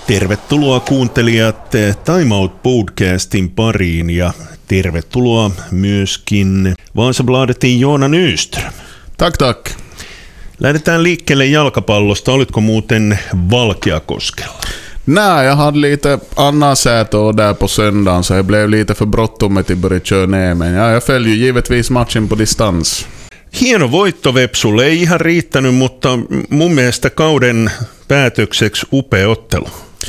Tervetuloa kuuntelijat Time Out podcastin pariin ja tervetuloa myöskin Vasabladetin Joona Nyström. Tack. Lähdetään liikkeelle jalkapallosta. Olitko muuten Valkeakoskella? Nej, jag hade lite annan säte där på söndagen så jag blev lite för bråttom med att börja köra ner. Men jag följer ju givetvis matchen på distans. Hieno voitto Vepsulle, ei ihan riittänyt, mutta mun mielestä kauden päätökseksi upea ottelu.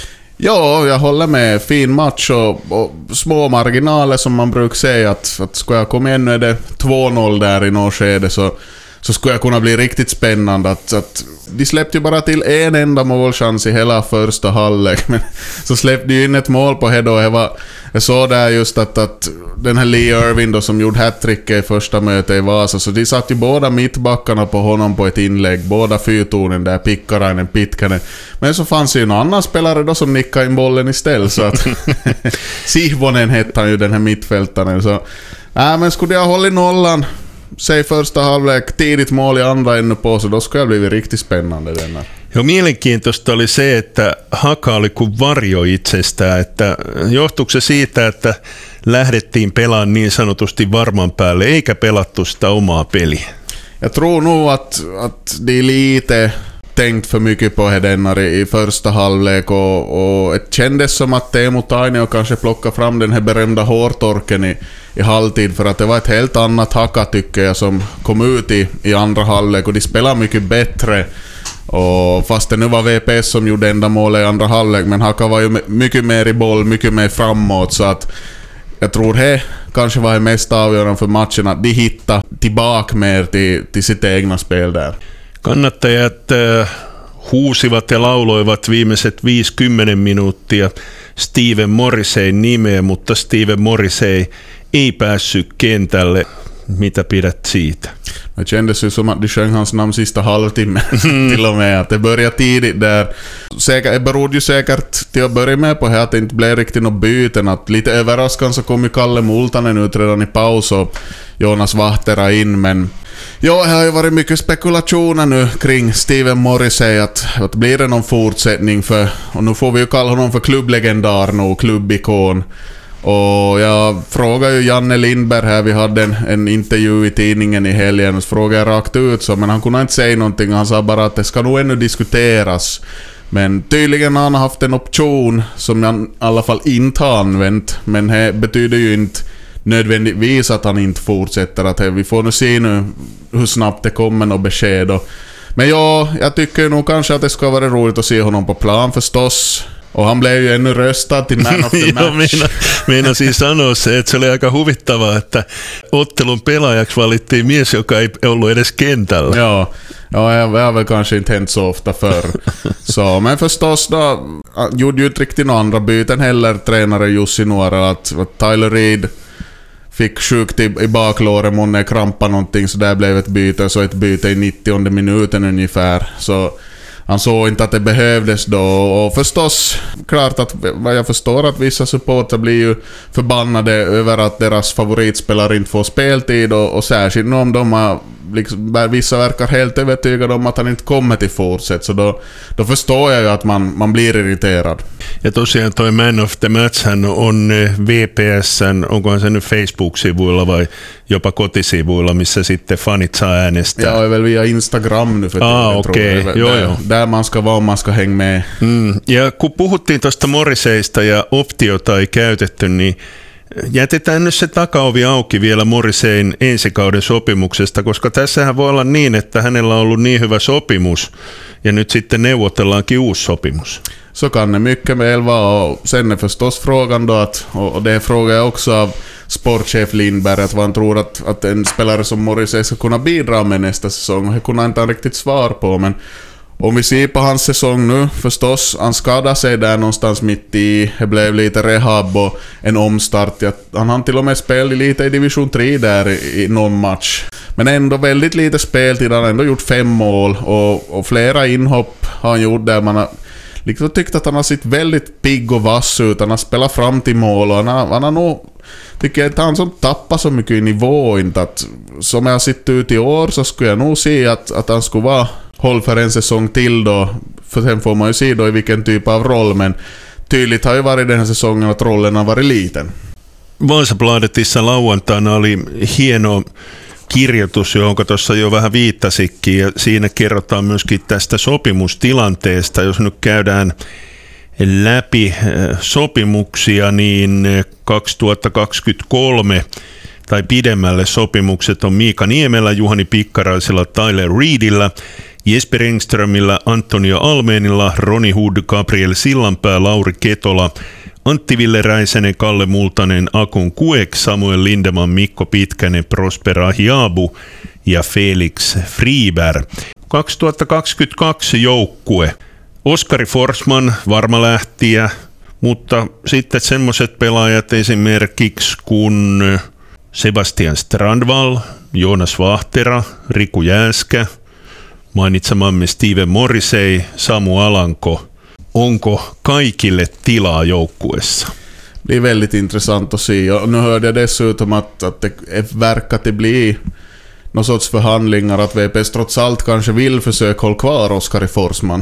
Ja, jag håller med. Fin match och små marginaler som man brukar säga att ska jag komma igen, nu är det 2-0 där i något skede så skulle jag kunna bli riktigt spännande att de släppte ju bara till en enda målchans i hela första halvlek, men så släppte ju in ett mål på det och jag såg där just att den här Lee Irving då som gjorde hattrick i första mötet i Vasa, så de satt ju båda mittbackarna på honom på ett inlägg, båda fyrtonen där, Pikkarainen, Pitkänen, men så fanns ju en annan spelare då som nickade in bollen istället, så att Sihvonen hette han ju, den här mittfältaren, så men skulle jag hålla i nollan, säg första halvlek, tidigt mål i andra ännu på, så då skulle jag bli riktigt spännande denna. Jo, mielenkiintoista oli se, että Haka oli kuin varjo itsestään, että johtuuko se siitä, että lähdettiin pelaamaan niin sanotusti varman päälle, eikä pelattu sitä omaa peliä? Jag tror nog att de lite tänkt för mycket på Hedenar i första halvlek och det kändes som att Teemu Tainio kanske plockade fram den här berömda hårtorken i halvtid, för att det var ett helt annat Haka tycker jag som kom ut i andra halvlek och de spelade mycket bättre, och fast det nu var VPS som gjorde enda målet i andra halvlek, men Haka var ju mycket mer i boll, mycket mer framåt, så att jag tror det kanske var det mest avgörande för matchen, att de hittade tillbaka mer till sitt egna spel där. Kannattajat huusivat ja lauloivat viimeiset 50 minuuttia Steven Morriseyn nimeä, mutta Steven Morrissey ei päässyt kentälle. Mitä pidät siitä? Det kändes ju som att de sjöng hans namn sista halvtimmen till och med, att det började tidigt där. Det berodde ju säkert till att börja med på att det inte blev riktigt något byten, att lite överraskande så kom ju Kalle Multanen ut redan i paus och Jonas Vahtera in, men ja, det har ju varit mycket spekulationer nu kring Steven Morrissey att blir det någon fortsättning för, och nu får vi ju kalla honom för klubblegendar nu, klubbikon. Och jag frågar ju Janne Lindberg här, vi hade en intervju i tidningen i helgen, och så frågade jag rakt ut så, men han kunde inte säga någonting, han sa bara att det ska nog ännu diskuteras. Men tydligen har han haft en option som han i alla fall inte har använt, men det betyder ju inte nödvändigtvis att han inte fortsätter, att vi får nu se nu hur snabbt det kommer något besked. Men ja, jag tycker nog kanske att det ska vara roligt att se honom på plan förstås. Och han blev ju ännu röstad till man of the match. Meinasin sanoa se, että se oli aika huvittavaa, että ottelun pelaajaksi valittiin mies, joka ei ollut edes kentällä. Ja, jag har väl kanske inte hänt så ofta förr. Så, men förstås då gjorde ju inte riktigt några andra byten heller, tränare Jussi Nuora, att Tyler Reed fick sjukt i baklåret, månne krampa någonting, så där blev ett byte, så ett byte i 90:e minuten ungefär, så han såg inte att det behövdes då, och förstås klart att vad jag förstår att vissa supportrar blir ju förbannade över att deras favoritspelare inte får speltid, och särskilt om de har liksom, vissa verkar helt övertygade om att han inte kommer till fortsätt, så då förstår jag ju att man blir irriterad. Ja tosiaan toi Man of the Match hän on VPS:n, onkohan se nyt Facebook-sivuilla vai jopa kotisivuilla, missä sitten fanit saa äänestää. Ja, är väl via Instagram nu för tiden, okei. Joo. Där man ska vara, man ska hänga med. Ja kun puhuttiin tuosta Morriseysta ja optiota ei käytetty, niin jätetään nyt se takaovi auki vielä Morriseyn ensikauden sopimuksesta, koska tässähän voi olla niin, että hänellä on ollut niin hyvä sopimus ja nyt sitten neuvotellaankin uusi sopimus. Så kan det mycket väl vara, och sen är förstås frågan då och det frågar jag också av sportchef Lindberg, att vad han tror att en spelare som Morrissey ska kunna bidra med nästa säsong, och det kunde han inte riktigt svar på, men om vi ser på hans säsong nu, förstås, han skadade sig där någonstans mitt i, det blev lite rehab och en omstart. Han hann till och med spelat lite i division 3 där i någon match. Men ändå väldigt lite speltid, han har ändå gjort 5 mål och flera inhopp har han gjort där man har liksom tyckt att han har sett väldigt pigg och vass ut. Han har spelat fram till mål och han har nog, tycker jag, att han som tappar så mycket i nivå, inte att som jag har sett ut i år så skulle jag nog se att han skulle vara håll för en säsong till då, för sen får man ju se då i vilken typ av roll, men tydligt har ju varit den här säsongen att rollen har varit liten. Vasabladetissa lauantaina oli hieno kirjoitus, johon tuossa jo vähän viittasikin, ja siinä kerrotaan myöskin tästä sopimustilanteesta. Jos nyt käydään läpi sopimuksia, niin 2023 tai pidemmälle sopimukset on Miika Niemellä, Juhani Pikkaraisella, Tyler Reedillä, Jesper Engströmillä, Antonio Almeenilla, Roni Hood, Gabriel Sillanpää, Lauri Ketola, Antti Ville Räisänen, Kalle Multanen, Akun Kuek, Samuel Lindeman, Mikko Pitkänen, Prosper Ahiabu ja Felix Friberg. 2022 joukkue. Oskari Forsman, varma lähtiä, mutta sitten semmoiset pelaajat esimerkiksi kuin Sebastian Strandvall, Joonas Vahtera, Riku Jääskä, mainitsemamme Steven Morrissey, Samu Alanko. Onko kaikille tilaa joukkuessa? Det är väldigt intressant att se. Och nu hörde jag dessutom att det verkar att bli någon sorts förhandlingar att VPS trots allt kanske vill försöka hålla kvar Oskari Forsman.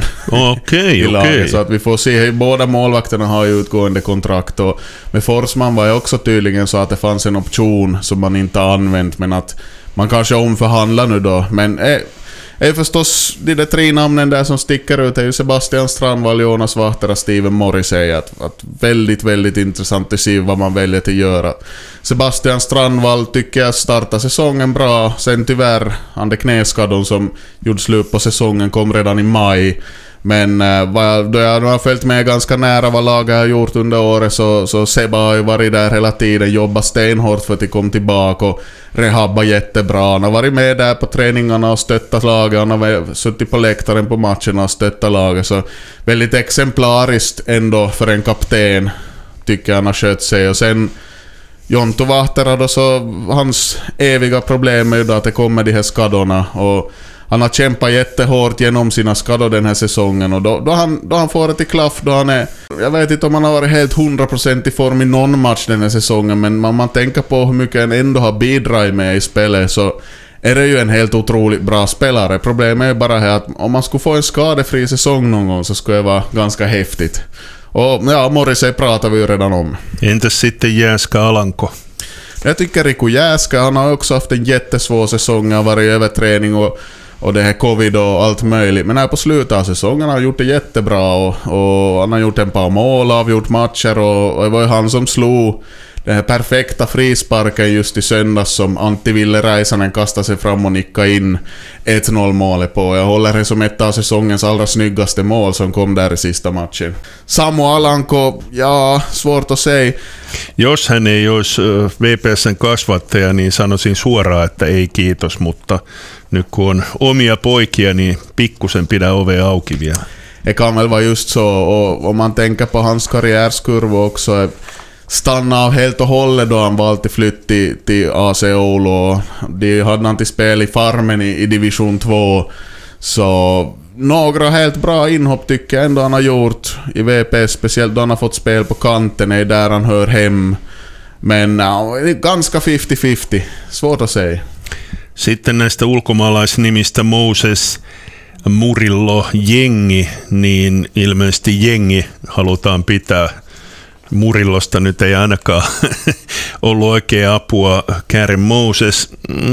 Okej. Så att vi får se. Båda målvakterna har ju utgående kontrakt, och med Forsman var ju också tydligen så att det fanns en option som man inte har använt, men att man kanske omförhandlar nu då. Men är förstås de där tre namnen där som sticker ut är ju Sebastian Strandvall, Jonas Vahtera, Steven Morrissey. Att väldigt, väldigt intressant att se vad man väljer att göra. Sebastian Strandvall tycker jag startar säsongen bra. Sen tyvärr, han det knäskadon som gjorde slut på säsongen kom redan i maj. Men då jag har följt med ganska nära vad laget har gjort under året, så Seba har ju varit där hela tiden, jobbat stenhårt för att de kom tillbaka och rehabba jättebra. Han har varit med där på träningarna och stöttat laget, han har suttit på läktaren på matcherna och stöttat laget, så väldigt exemplariskt ändå för en kapten tycker jag han har skött sig. Och sen Jonto Vahtera då, så hans eviga problem är ju då att det kommer de här skadorna, och han har kämpat jättehårt genom sina skador den här säsongen, och då han får det till klaff, då han är, jag vet inte om han har varit helt 100% i form i någon match den här säsongen, men man tänker på hur mycket han ändå har bidragit med i spelet, så är det ju en helt otroligt bra spelare. Problemet är bara här att om man skulle få en skadefri säsong någon gång så skulle det vara ganska häftigt. Och ja, Morrissey pratar vi ju redan om. Entäs sitten Jääskä Alanko? Jag tycker Riku Jääskä, han har också haft en jättesvår säsong, har varit överträning och det här covid och allt möjligt. Men här på slutet av säsongen har han gjort det jättebra, och han har gjort en par mål, avgjort matcher, och det var ju han som slog den här perfekta frisparken just i söndags som Antti Ville Räisänen kastade sig fram och nickade in 1-0 målet på. Jag håller det som ett av säsongens allra snyggaste mål som kom där i sista matchen. Samu Alanko, ja, svårt att säga. Jos hän ei olisi VPS:n kasvattaja, niin sanoisin suoraan, että ei kiitos, mutta nyt kun on omia poikia, niin pikkusen pidä ovea auki vielä. Det kan väl vara just så, och om man tänker på hans karriärskurva också, stanna av helt och hållet då han valde flytt till AC Oulu. De hade han till spel i Farmen i division 2, så några helt bra inhopp tycker jag ändå han har gjort i VP, speciellt då han har fått spel på kanten, är där han hör hem, men ganska 50-50, svårt att säga. Sitten näistä ulkomaalaisnimistä Moses Murillo Jengi, niin ilmeisesti Jengi halutaan pitää. Murillosta nyt ei ainakaan ollut oikea apua. Karen Moses.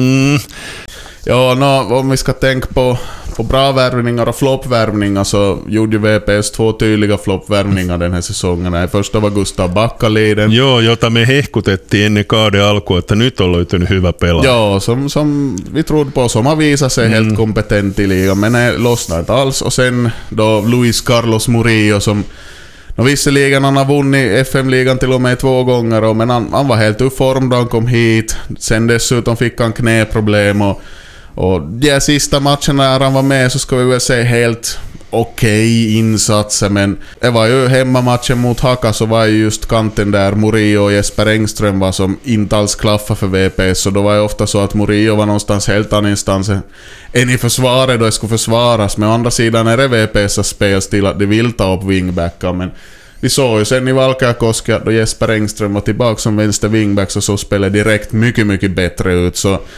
Ja, om vi ska tänka på bra värvningar och floppvärvningar, så gjorde VPS 2 tydliga floppvärvningar den här säsongen. Den första var Gustav Backaliden. Joo, jota me hehkutettiin ennen kauden alkua, että nyt on löytynyt hyvä pelaaja. Ja, som vi trodde på, som har visat sig helt kompetent i ligan, men det lossnade inte alls. Och sen då Luis Carlos Murillo som visserligen han har vunnit FM-ligan till och med 2 gånger, men han var helt ur form då han kom hit. Sen dessutom fick han knäproblem, och de sista matcherna när han var med så ska vi väl säga helt okej insatser, men det var ju hemmamatchen mot Haka, så var ju just kanten där Murillo och Jesper Engström var som inte alls klaffa för VPS, så då var det ofta så att Murillo var någonstans helt annanstans än i försvaret då det skulle försvaras. Men å andra sidan är det VPS spelstil att de vill ta upp wingbackar, men vi såg ju sen i Valkeakoski att då Jesper Engström var tillbaka som vänster wingback, så spelade direkt mycket, mycket bättre ut, så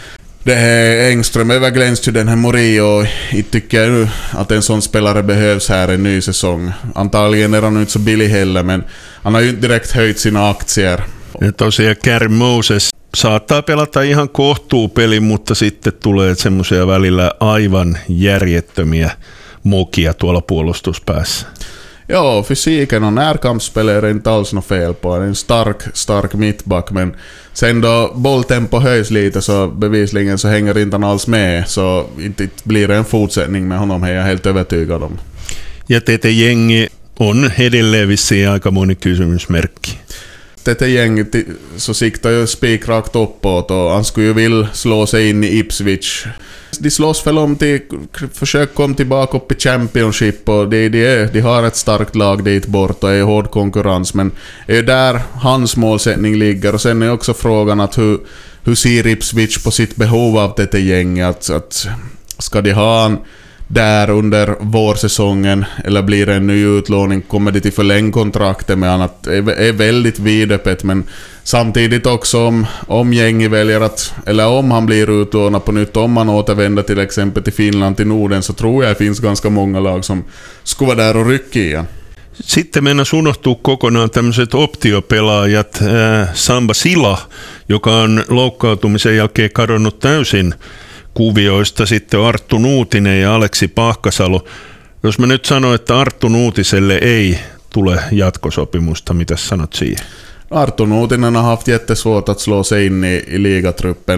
Det här Engström överglänste ju den här Morio. Jag tycker nu att en sån spelare behövs här en ny säsong. Antagligen är han inte så billig heller, men han har ju inte direkt höjt sina aktier. Ja tosiaan Gary Moses saattaa pelata ihan kohtuupeli, mutta sitten tulee semmoisia välillä aivan järjettömiä mokia tuolla puolustuspäässä. Ja, fysiken och närkampsspelare är inte alls något fel på. En stark mittback, men sen då bolltempo höjs lite så bevisligen så hänger inte han alls med, så inte blir det en fortsättning med honom, är jag helt övertygad om. Ja Tete Jengi on edelleen vissiin aikamoinen kysymysmerkki. Tete Jengi så siktar ju spikrakt uppåt och han skulle ju vill slå sig in i Ipswich. De slåss väl om till försök komma tillbaka upp i Championship, och de har ett starkt lag dit bort och är i hård konkurrens, men är där hans målsättning ligger. Och sen är också frågan att hur ser Ipswich på sitt behov av Tete Jengi, att ska de ha han där under vårsäsongen eller blir det en ny utlåning, kommer det till förläng kontraktet med honom, är väldigt vidöppet. Men samtidigt också om Jengi väljer att, eller om han blir utlånad på nytt, om han återvänder till exempel till Finland, till Norden, så tror jag det finns ganska många lag som skulle vara där och rycka igen. Sitten mennään unohtuu kokonaan tämmöiset optiopelaajat. Samba Sila, joka on loukkaantumisen jälkeen kadonnut täysin kuvioista, sitten Arttu Nuutinen ja Aleksi Pahkasalo. Jos mä nyt sanon, että Arttu Nuutiselle ei tule jatkosopimusta, mitä sanot siihen? Arttu Nuutinen har haft jättesvårt att slå sig in i ligatruppen,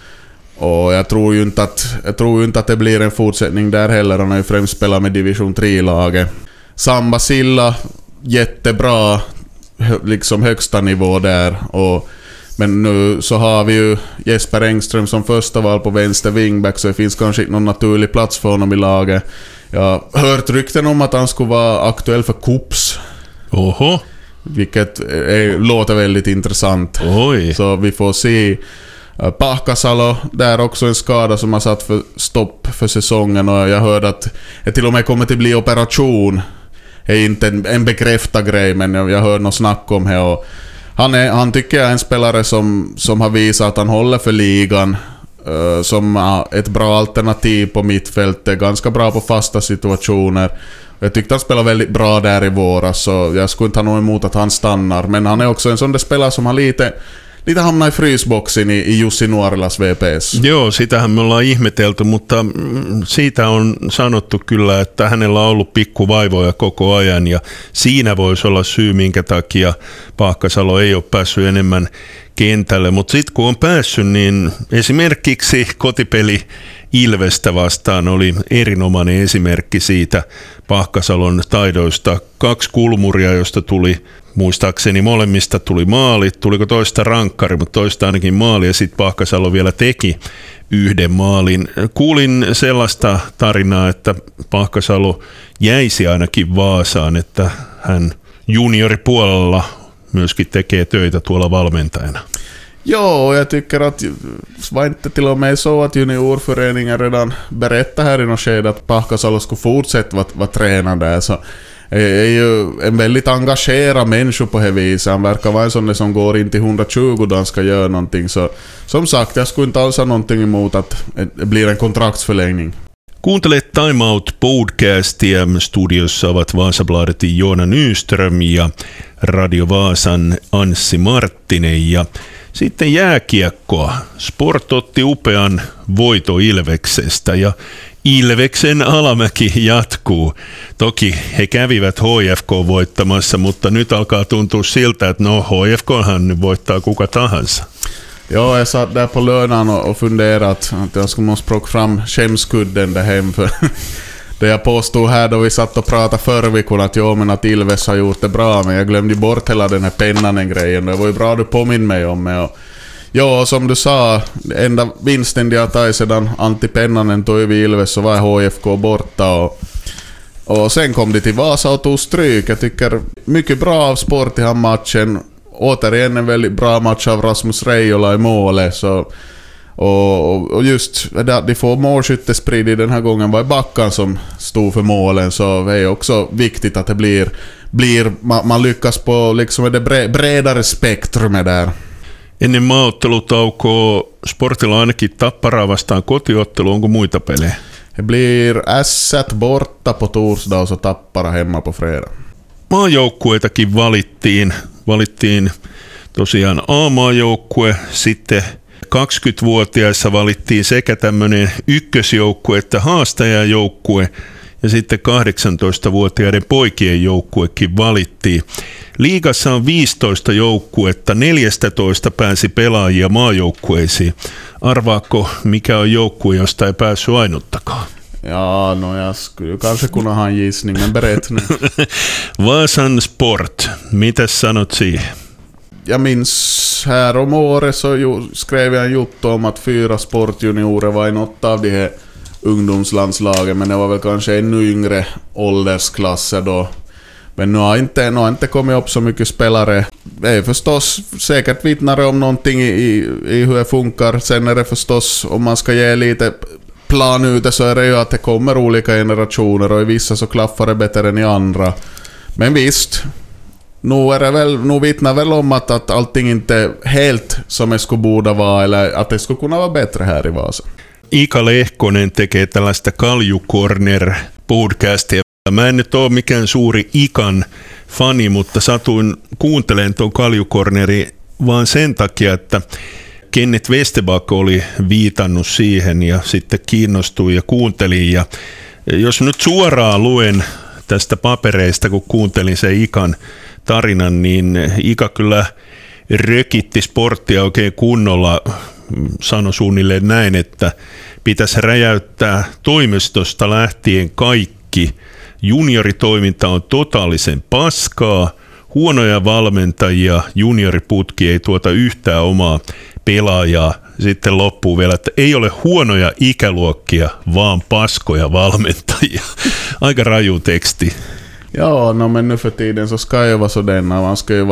och jag tror ju inte att det blir en fortsättning där heller. Han har ju främst spelat med division 3-laget. Samba Silla, jättebra, liksom högsta nivå där, men nu så har vi ju Jesper Engström som första val på vänster wingback, så det finns kanske inte någon naturlig plats för honom i laget. Jag har hört rykten om att han skulle vara aktuell för Kups. Oho. Vilket låter väldigt intressant. Oj. Så vi får se. Pahkasalo, där också en skada som har satt för stopp för säsongen, och jag hörde att det till och med kommer att bli operation. Det är inte en bekräftad grej, men jag hörde något snack om det, och han tycker jag är en spelare som har visat att han håller för ligan, som ett bra alternativ på mittfältet, ganska bra på fasta situationer. Jag tyckte han spelade väldigt bra där i våras, så jag skulle inte ha något emot att han stannar, men han är också en sån där spelare som har lite hamnaa i frysboxin i Jussi Nuorilas VPS. Joo, sitähän me ollaan ihmetelty, mutta siitä on sanottu kyllä, että hänellä on ollut pikkuvaivoja koko ajan, ja siinä voisi olla syy, minkä takia Pahkasalo ei ole päässyt enemmän kentälle. Mutta sitten kun on päässyt, niin esimerkiksi kotipeli Ilvestä vastaan oli erinomainen esimerkki siitä Pahkasalon taidoista. 2 kulmuria, josta tuli muistaakseni molemmista tuli maali. Tuliko toista rankkari, mutta toista ainakin maali, ja sitten Pahkasalo vielä teki 1 maalin. Kuulin sellaista tarinaa, että Pahkasalo jäisi ainakin Vaasaan, että hän junioripuolella myöskin tekee töitä tuolla valmentajana. Jo, jag tycker att var inte till och med så att juniorföreningen redan berättade här i något skede att Pahkasalo skulle fortsätta vara tränare där, så är ju en väldigt engagerad människa på det viset. Han verkar vara en sån som går in till 120 då han ska göra någonting, så som sagt, jag skulle inte alls ha någonting emot att det blir en kontraktsförlängning. Kuuntelet Time Out podcastia. Studiossa ovat Vasabladetin Joona Nyström ja Radio Vaasan Anssi Marttinen, ja sitten jääkiekkoa. Sport otti upean voito Ilveksestä, ja Ilveksen alamäki jatkuu. Toki he kävivät HFK voittamassa, mutta nyt alkaa tuntua siltä, että HFKhan nyt voittaa kuka tahansa. Ja, jag satt där på lördagen och funderade att jag skulle måste plocka fram skämskudden där hem, för det jag påstod här då vi satt och pratade förra veckan att men att Ilves har gjort det bra, men jag glömde bort hela den här pennanen-grejen. Det var ju bra du påminn mig om det. Ja, som du sa, enda vinsten de har tagit sedan Antti Pennanen tog över Ilves, så var HFK borta, och sen kom de till Vasa och tog stryk. Jag tycker mycket bra av sport i den matchen. Återigen en väldigt bra match av Rasmus Reijola i målet, så och just att de får målskyttesprid i den här gången var Backan som stod för målen, så det är också viktigt att det blir man lyckas på liksom det bredare spektrumet där. Ennen maaottelutaukoa Sportilla ainakin Tapparaa vastaan kotiottelu, onko muita pelejä? Det blir Ässät borta på torsdag och så Tappara hemma på fredag. Maajoukkueitakin valittiin tosiaan A-maajoukkue, sitten 20-vuotiaissa valittiin sekä tämmöinen ykkösjoukkue että haastajajoukkue, ja sitten 18-vuotiaiden poikien joukkuekin valittiin. Liigassa on 15 joukkuetta, 14 pääsi pelaajia maajoukkueisiin. Arvaako, mikä on joukkue, josta ei päässyt ainuttakaan? Ja, no jag skulle kanske kunna ha en gissning, men berätta nu. Vaasan Sport, mitäs sanot siihen? Jag minns här om året så skrev jag en juttu om att 4 sportjuniorer var i något av de här ungdomslandslagen, men det var väl kanske ännu yngre åldersklasser då. Men nu har inte kommit upp så mycket spelare. Det är förstås säkert vittnare om någonting i hur det funkar. Sen är det förstås, om man ska ge lite plan ute, så är det ju att det kommer olika generationer, och i vissa så klaffar det bättre än i andra. Men visst, nu vittnar väl om att allting inte helt som det skulle borde vara, eller att det skulle kunna vara bättre här i Vasa. Ika Lehkonen tekee tällaista Kaljukorner-podcastia. Mä en nyt ole mikään suuri Ikan fani, mutta satuin kuuntelemaan tuon Kaljukorneri vaan sen takia, että Kenneth Westerbakk oli viitannut siihen ja sitten kiinnostui ja kuuntelin. Ja jos nyt suoraan luen tästä papereista, kun kuuntelin sen Ikan tarinan, niin Ika kyllä rökitti sporttia oikein kunnolla. Sanoi suunnilleen näin, että pitäisi räjäyttää toimistosta lähtien kaikki. Junioritoiminta on totaalisen paskaa, huonoja valmentajia, junioriputki ei tuota yhtään omaa pelaajaa. Sitten loppuu vielä, että ei ole huonoja ikäluokkia, vaan paskoja valmentajia. Aika raju teksti. Ja, men nu för tiden så ska ju vara sådana.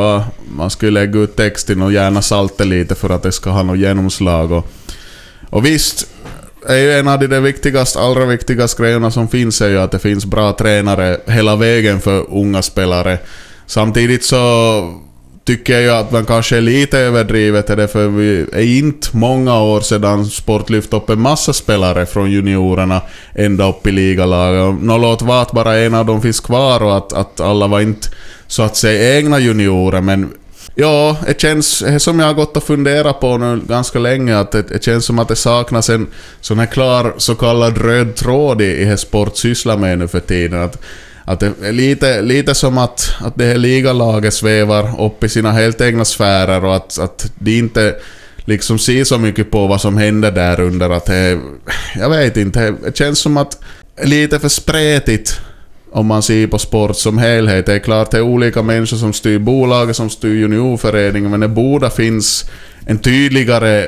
Man ska ju lägga ut texten och gärna salta lite för att det ska ha något genomslag. Och visst, är ju en av de allra viktigaste grejerna som finns är ju att det finns bra tränare hela vägen för unga spelare. Samtidigt så tycker jag ju att man kanske är lite överdrivet, för vi är inte många år sedan Sport lyft upp en massa spelare från juniorerna ända upp i ligalaget. Låt vara att bara en av dem finns kvar och att alla var inte så att säga egna juniorer, men ja, det känns som jag har gått och funderat på nu ganska länge, att det känns som att det saknas en sån här klar så kallad röd tråd i det Sport sysslar med nu för tiden. Att det är lite som att det här ligalaget svävar upp i sina helt egna sfärer, och att de inte liksom ser så mycket på vad som händer där under. Att jag vet inte, det känns som att lite för spretigt om man ser på sport som helhet. Det är klart det är olika människor som styr bolaget, som styr juniorföreningen, men det borde finns en tydligare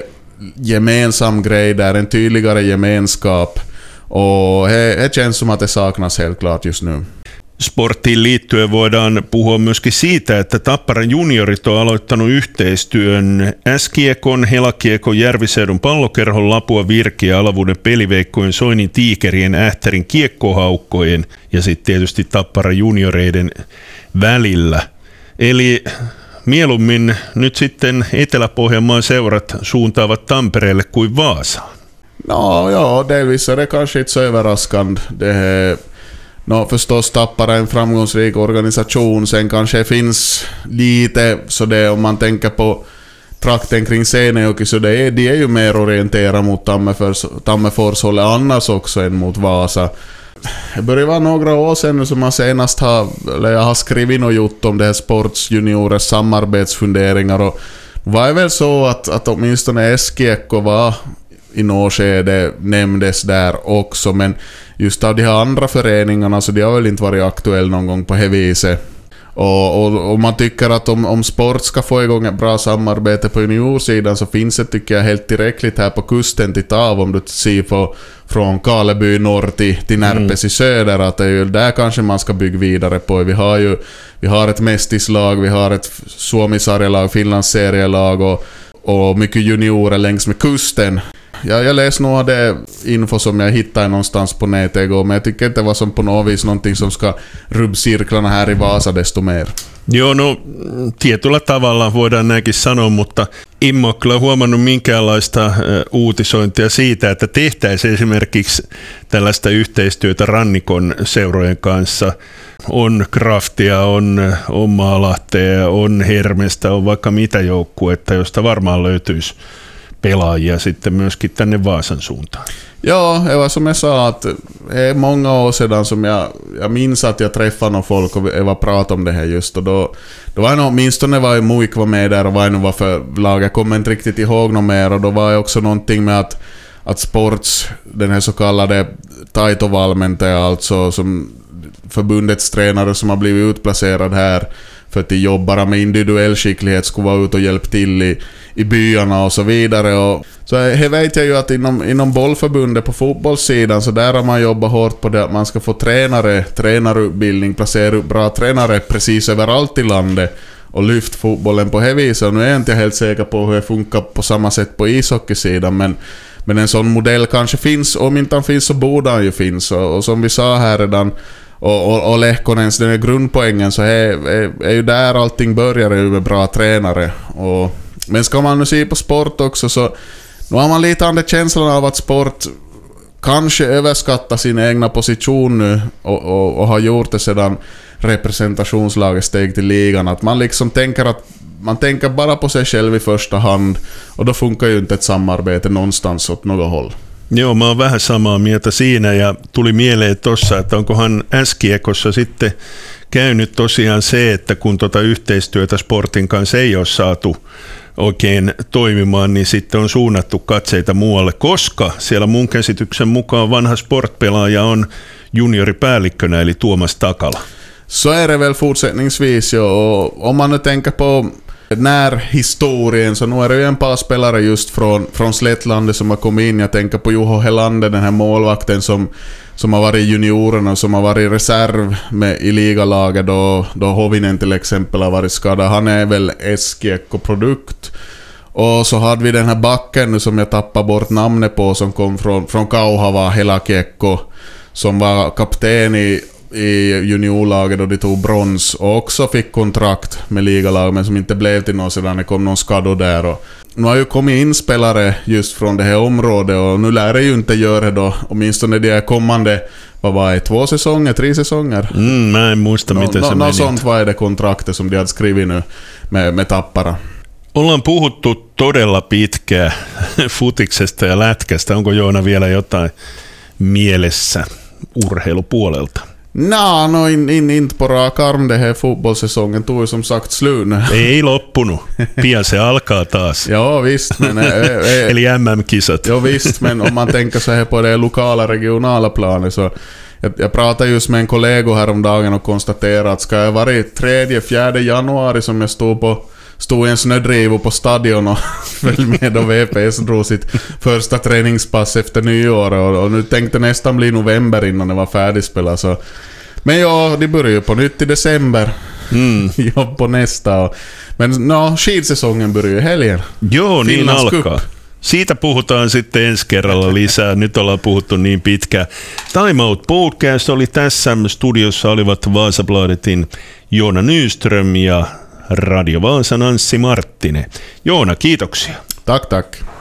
gemensam grej där, en tydligare gemenskap, och det känns som att det saknas helt klart just nu. Sporttiin liittyen voidaan puhua myöskin siitä, että Tapparan juniorit on aloittanut yhteistyön S-kiekon, Helakiekon, Järviseudun pallokerhon, Lapua Virki ja Alavuuden peliveikkojen, Soinin Tiikerien, Ähtärin kiekkohaukkojen ja sitten tietysti Tapparan junioreiden välillä. Eli mieluummin nyt sitten Etelä-Pohjanmaan seurat suuntaavat Tampereelle kuin Vaasaan. No, ja, delvis är det kanske inte så överraskande. Förstås Tappara en framgångsrik organisation, sen kanske finns lite så det, om man tänker på trakten kring Seinäjoki, så de är ju mer orienterade mot Tammerfors hållet annars också än mot Vasa. Det börjar vara några år sedan som man senast har skrivit något gjort om det här sportsjuniorers samarbetsfunderingar, och var det väl så att åtminstone SGK var i något skede nämndes där också, men just av de här andra föreningarna så de har väl inte varit aktuella någon gång på det viset. Och man tycker att om sport ska få igång ett bra samarbete på juniorsidan, så finns det, tycker jag, helt tillräckligt här på kusten till Tav, om du ser på från Karleby norr till Närpes i söder, att det är ju där kanske man ska bygga vidare på. Vi har ett mästislag, vi har ett Suomi-sarjalag, Finlands serielag och mycket juniorer längs med kusten. Jag läste nog det info som jag hittade någonstans på nätet igår, men jag tycker inte det var som på något vis någonting som ska rubbcirklarna här i Vasa desto mer. Joo, no tietyllä tavalla voidaan näinkin sanoa, mutta en ole kyllä huomannut minkäänlaista uutisointia siitä, että tehtäisiin esimerkiksi tällaista yhteistyötä rannikon seurojen kanssa. On Craftia, on Maalahteja, on Hermestä, on vaikka mitä joukkuetta, josta varmaan löytyisi pelaajia sitten myöskin tänne Vaasan suuntaan. Ja, det var som jag sa att det är många år sedan som jag minns att jag träffade någon folk och jag var prat om det här just, och då var nog åtminstone var ju Muik var med där och var nog för lag, jag kommer inte riktigt ihåg något mer, och då var det också någonting med att sports, den här så kallade taitovalmentaja, alltså som förbundets tränare som har blivit utplacerad här för att de jobbar med individuell skicklighet, skulle vara ut och hjälpa till i byarna och så vidare. Och så här vet jag ju att inom bollförbundet på fotbollssidan, så där har man jobbat hårt på det att man ska få tränarutbildning, placera upp bra tränare precis överallt i landet och lyft fotbollen på det viset. Och nu är jag inte helt säker på hur det funkar på samma sätt på ishockeysidan, men en sån modell kanske finns, om inte han finns så borde han ju finns. Och som vi sa här redan, och Lehkonens, den här grundpoängen, så är ju där allting börjar ju med bra tränare. Men ska man nu se på sport också, så nu har man lite andra känslan av att sport kanske överskattar sin egna position nu och har gjort det sedan representationslaget steg till ligan, att man liksom tänker bara på sig själv i första hand, och då funkar ju inte ett samarbete någonstans åt något håll. Joo, mä oon vähän samaa mieltä siinä, ja tuli mieleen tossa, että onkohan S-kiekossa sitten käynyt tosiaan se, että kun yhteistyötä sportin kanssa ei ole saatu oikein toimimaan, niin sitten on suunnattu katseita muualle, koska siellä mun käsityksen mukaan vanha sportpelaaja on junioripäällikkönä, eli Tuomas Takala. Så är det väl fortsättningsvis, ja. Och om man nu tänker på närhistorien, så nu är det ju en par spelare just från Slättlandet som har kommit in. Jag tänker på Juho Helander, den här målvakten som har varit juniorerna och som har varit reserv i ligalaget då Hovinen till exempel har varit skadad. Han är väl S-kiekko-produkt. Och så hade vi den här backen nu som jag tappar bort namnet på, som kom från Kauhava, Helakiekko, som var kapten i juniorlaget då de tog brons och också fick kontrakt med ligalag, men som inte blev till något sedan det kom någon skador där. Och nu har ju kommit in spelare just från det här området, och nu lär det ju inte göra då, åtminstone de här kommande, vad var det, 2 säsonger, 3 säsonger? Mä en muista miten se meni. Något sånt var det kontraktet som de hade skrivit nu med Tappara. Ollaan puhuttu todella pitkään futiksesta ja lätkästä. Onko Joona vielä jotain mielessä urheilupuolelta? No, inte på rak arm. Det här fotbollssäsongen tog ju som sagt slut nu. Ei loppunut. Pian se alkaa taas. Ja, visst. Men, Eli MM-kisat. Ja, visst, men om man tänker så här på det lokala, regionala planet, så jag pratade just med en kollega häromdagen och konstaterade att ska jag vara 3-4 januari som jag stod i en snödrivo på stadion och följde med då VPS drog sitt första träningspass efter nyår, och nu tänkte nästan bli november innan det var färdigspelat, så. Men ja, de börjar ju på nytt i december. Jobb på nästa. Men skidsäsongen börjar ju helgen. Joo, niin alkaa. Siitä puhutaan sitten ensi kerralla lisää. Nyt ollaan puhuttu niin pitkään. Time Out Podcast oli tässä. Studiossa olivat Vasabladetin Joona Nyström ja Radio Vaasan Anssi Marttinen. Joona, kiitoksia. Tack.